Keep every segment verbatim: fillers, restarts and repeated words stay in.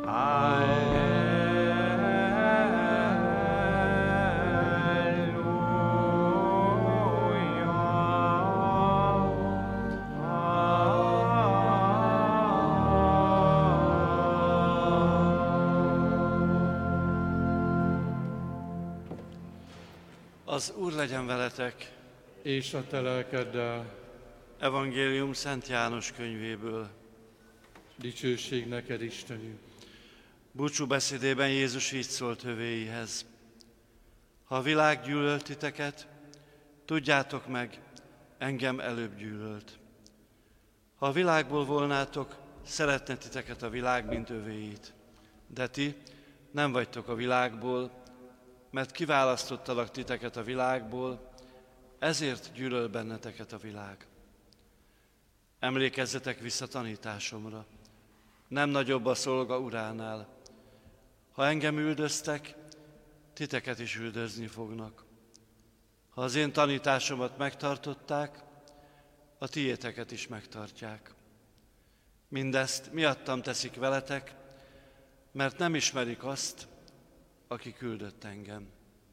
Az Úr legyen veletek, és a te lelkeddel. Evangélium Szent János könyvéből. Dicsőség neked, Istenünk. Búcsú beszédében Jézus így szólt övéihez. Ha a világ gyűlölt titeket, tudjátok meg, engem előbb gyűlölt. Ha a világból volnátok, szeretne titeket a világ, mint övéit. De ti nem vagytok a világból, mert kiválasztottalak titeket a világból, ezért gyűlöl benneteket a világ. Emlékezzetek vissza tanításomra. Nem nagyobb a szolga uránál. Ha engem üldöztek, titeket is üldözni fognak. Ha az én tanításomat megtartották, a tiéteket is megtartják. Mindezt miattam teszik veletek, mert nem ismerik azt, aki küldött engem.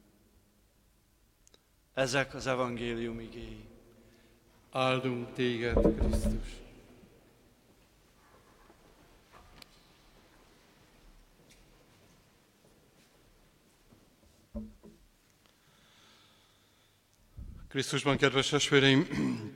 Ezek az evangélium igéi. Áldunk téged, Krisztus! Krisztusban, kedves testvéreim,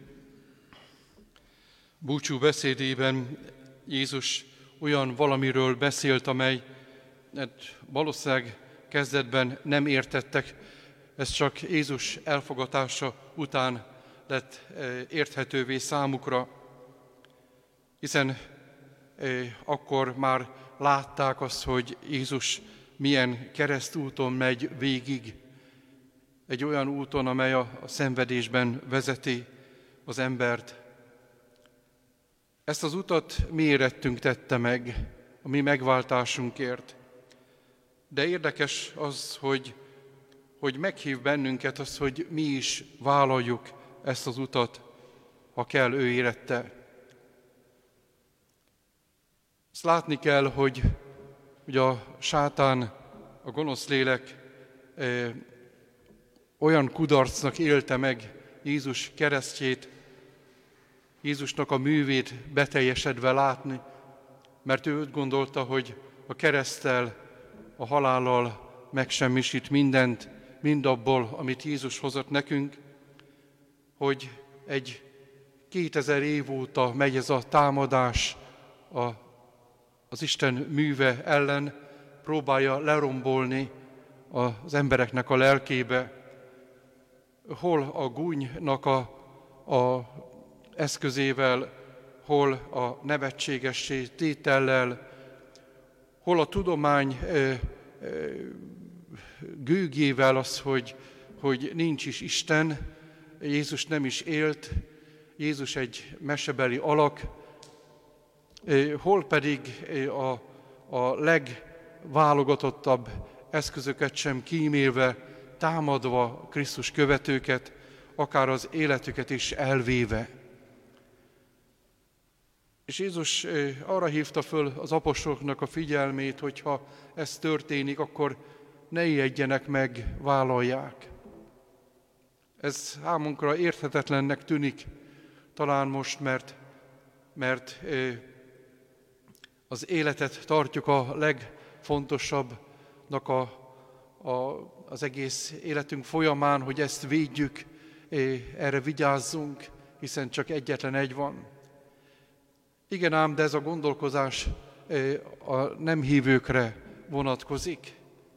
búcsú beszédében Jézus olyan valamiről beszélt, amely hát valószínűleg kezdetben nem értettek, ez csak Jézus elfogatása után lett érthetővé számukra, hiszen akkor már látták azt, hogy Jézus milyen keresztúton megy végig, egy olyan úton, amely a szenvedésben vezeti az embert. Ezt az utat mi érettünk tette meg, a mi megváltásunkért. De érdekes az, hogy, hogy meghív bennünket az, hogy mi is vállaljuk ezt az utat, ha kell, ő érette. Azt látni kell, hogy, hogy a sátán, a gonosz lélek e, olyan kudarcnak élte meg Jézus keresztjét, Jézusnak a művét beteljesedve látni, mert ő úgy gondolta, hogy a kereszttel, a halállal megsemmisít mindent, mindabból, amit Jézus hozott nekünk, hogy egy kétezer év óta megy ez a támadás a, az Isten műve ellen, próbálja lerombolni az embereknek a lelkébe, hol a gúnynak a, a eszközével, hol a nevetségessé tétellel, hol a tudomány ö, ö, gőgével az, hogy, hogy nincs is Isten, Jézus nem is élt, Jézus egy mesebeli alak, ö, hol pedig a, a legválogatottabb eszközöket sem kímélve, támadva Krisztus követőket, akár az életüket is elvéve. És Jézus arra hívta föl az apostoloknak a figyelmét, hogy ha ez történik, akkor ne ijedjenek meg, vállalják. Ez számunkra érthetetlennek tűnik, talán most, mert, mert az életet tartjuk a legfontosabbnak a, a, az egész életünk folyamán, hogy ezt védjük, erre vigyázzunk, hiszen csak egyetlen egy van. Igen ám, de ez a gondolkozás a nem hívőkre vonatkozik.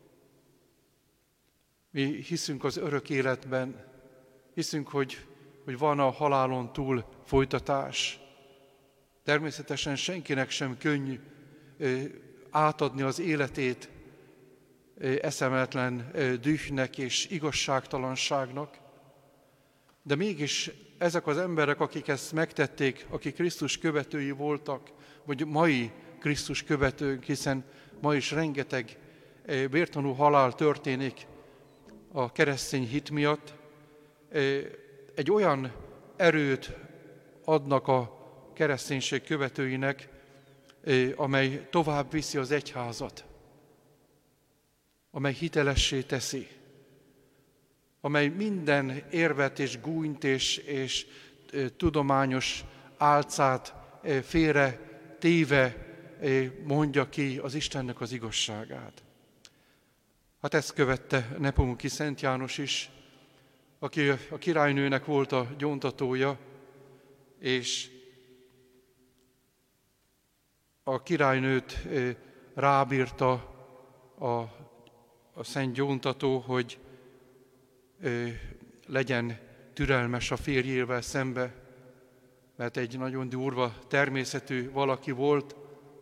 Mi hiszünk az örök életben, hiszünk, hogy, hogy van a halálon túl folytatás. Természetesen senkinek sem könnyű átadni az életét eszemetlen dühnek és igazságtalanságnak, de mégis ezek az emberek, akik ezt megtették, akik Krisztus követői voltak, vagy mai Krisztus követők, hiszen ma is rengeteg vértanú halál történik a keresztény hit miatt, egy olyan erőt adnak a kereszténység követőinek, amely tovább viszi az egyházat, amely hitelessé teszi, amely minden érvet és gúnyt és, és tudományos álcát félre téve mondja ki az Istennek az igazságát. Hát ezt követte Nepomuki Szent János is, aki a királynőnek volt a gyóntatója, és a királynőt rábírta a, a szent gyóntató, hogy legyen türelmes a férjével szembe, mert egy nagyon durva természetű valaki volt,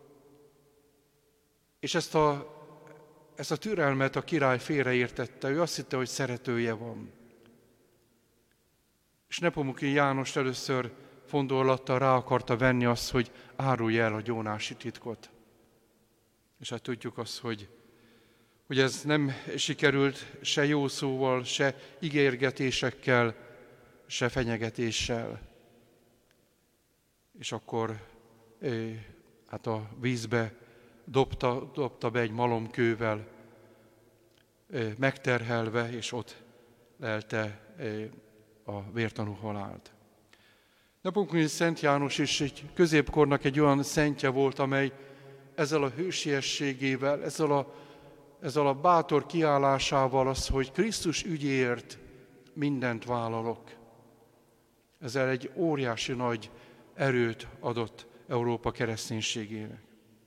és ezt a, ezt a türelmet a király félreértette, ő azt hitte, hogy szeretője van. És Nepomuki János először fondolattal rá akarta venni azt, hogy árulja el a gyónási titkot. És hát tudjuk azt, hogy, hogy ez nem sikerült se jó szóval, se ígérgetésekkel, se fenyegetéssel. És akkor hát a vízbe dobta, dobta be egy malomkővel, megterhelve, és ott lelte a vértanú halált. Nepomuki Szent János is egy középkornak egy olyan szentje volt, amely ezzel a hősiességével, ezzel a, ezzel a bátor kiállásával az, hogy Krisztus ügyéért mindent vállalok. Ezzel egy óriási nagy erőt adott Európa kereszténységének.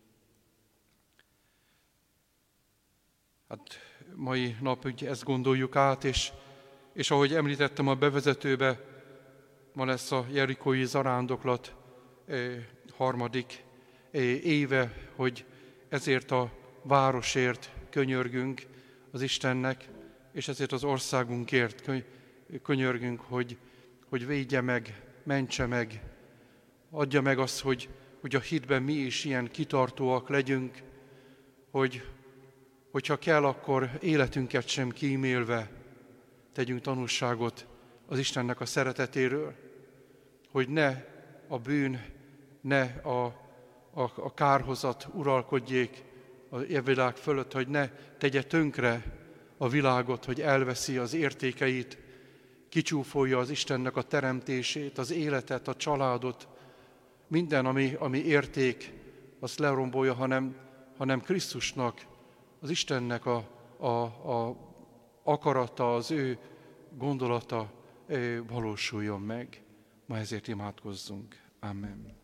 Hát mai nap ugye ezt gondoljuk át, és, és ahogy említettem a bevezetőbe, ma lesz a jerikói zarándoklat eh, harmadik eh, éve, hogy ezért a városért könyörgünk az Istennek, és ezért az országunkért könyörgünk, hogy, hogy védje meg, mentse meg, adja meg azt, hogy, hogy a hitben mi is ilyen kitartóak legyünk, hogy hogyha kell, akkor életünket sem kímélve tegyünk tanúságot az Istennek a szeretetéről, hogy ne a bűn, ne a, a, a kárhozat uralkodjék a világ fölött, hogy ne tegye tönkre a világot, hogy elveszi az értékeit, kicsúfolja az Istennek a teremtését, az életet, a családot, minden, ami, ami érték, azt lerombolja, hanem, hanem Krisztusnak, az Istennek a, a, a akarata, az ő gondolata valósuljon meg. Ma ezért imádkozzunk. Amen.